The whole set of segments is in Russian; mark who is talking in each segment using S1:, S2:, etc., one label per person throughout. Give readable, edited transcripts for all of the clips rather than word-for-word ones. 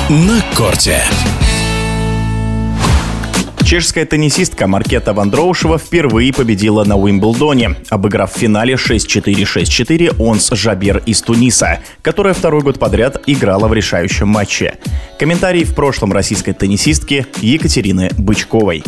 S1: На корте.
S2: Чешская теннисистка Маркета Вондроушева впервые победила на Уимблдоне, обыграв в финале 6-4-6-4 Онс Жабер из Туниса, которая второй год подряд играла в решающем матче. Комментарий в прошлом российской теннисистки Екатерины Бычковой.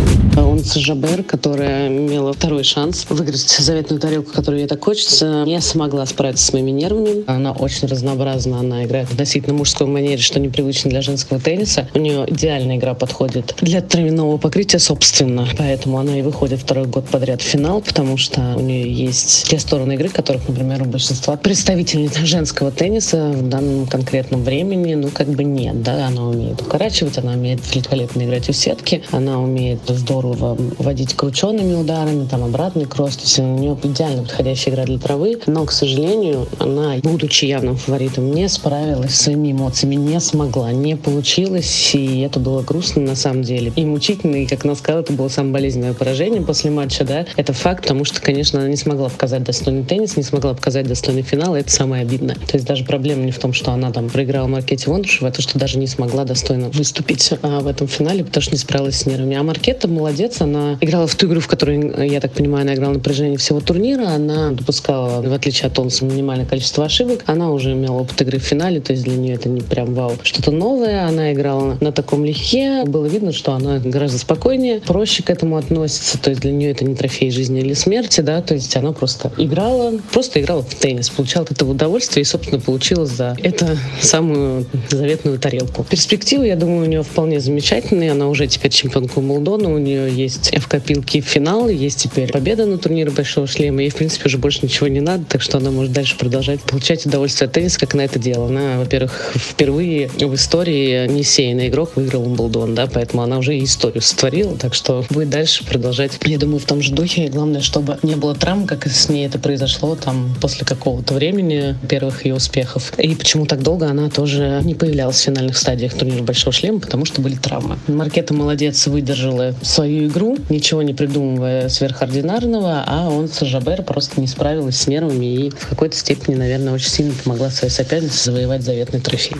S3: Онс Жабер, которая имела второй шанс выиграть заветную тарелку, которую ей так хочется, не смогла справиться с моими нервами. Она очень разнообразна, она играет в относительно мужской манере, что непривычно для женского тенниса. У нее идеальная игра подходит для травяного покрытия, собственно. Поэтому она и выходит второй год подряд в финал, потому что у нее есть те стороны игры, которых, например, у большинства представительниц женского тенниса в данном конкретном времени, нет, да. Она умеет укорачивать, она умеет великолепно играть в сетке, она умеет здорово водить крученными ударами, обратный кросс. То есть у нее идеально подходящая игра для травы, но, к сожалению, она, будучи явным фаворитом, не справилась с своими эмоциями, не смогла, не получилось, и это было грустно на самом деле. И мучительно, и, как она сказала, это было самое болезненное поражение после матча, да. Это факт, потому что, конечно, она не смогла показать достойный теннис, не смогла показать достойный финал, и это самое обидное. То есть даже проблема не в том, что она проиграла Маркете Вондроушевой, а то, что даже не смогла достойно выступить в этом финале, потому что не справилась с нервами. А Маркета молодец, она играла в ту игру, в которой, я так понимаю, она играла на протяжении всего турнира, она допускала, в отличие от Онса, минимальное количество ошибок, она уже имела опыт игры в финале, то есть для нее это не прям вау, что-то новое, она играла на таком легке, было видно, что она гораздо спокойнее, проще к этому относится, то есть для нее это не трофей жизни или смерти, да, то есть она просто играла в теннис, получала от этого удовольствие и, собственно, получила за это самую заветную тарелку. Перспективы, я думаю, у нее вполне замечательные, она уже теперь чемпионка Уимблдона, у нее есть в копилке финал, есть теперь победа на турнире Большого шлема, ей, в принципе, уже больше ничего не надо, так что она может дальше продолжать получать удовольствие от тенниса, как она это делала. Она, во-первых, впервые в истории несеянный игрок выиграл Уимблдон, да, поэтому она уже и историю сотворила, так что будет дальше продолжать, я думаю, в том же духе. Главное, чтобы не было травм, как с ней это произошло после какого-то времени, первых ее успехов. И почему так долго она тоже не появлялась в финальных стадиях турнира Большого шлема, потому что были травмы. Маркета молодец, выдержала свою игру, ничего не придумывая сверхординарного, а Онс Жабер просто не справилась с нервами и в какой-то степени, наверное, очень сильно помогла своей сопернице завоевать заветный трофей.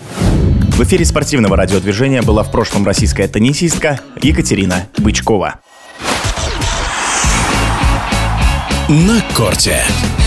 S2: В эфире спортивного радиодвижения была в прошлом российская теннисистка Екатерина Бычкова.
S1: На корте.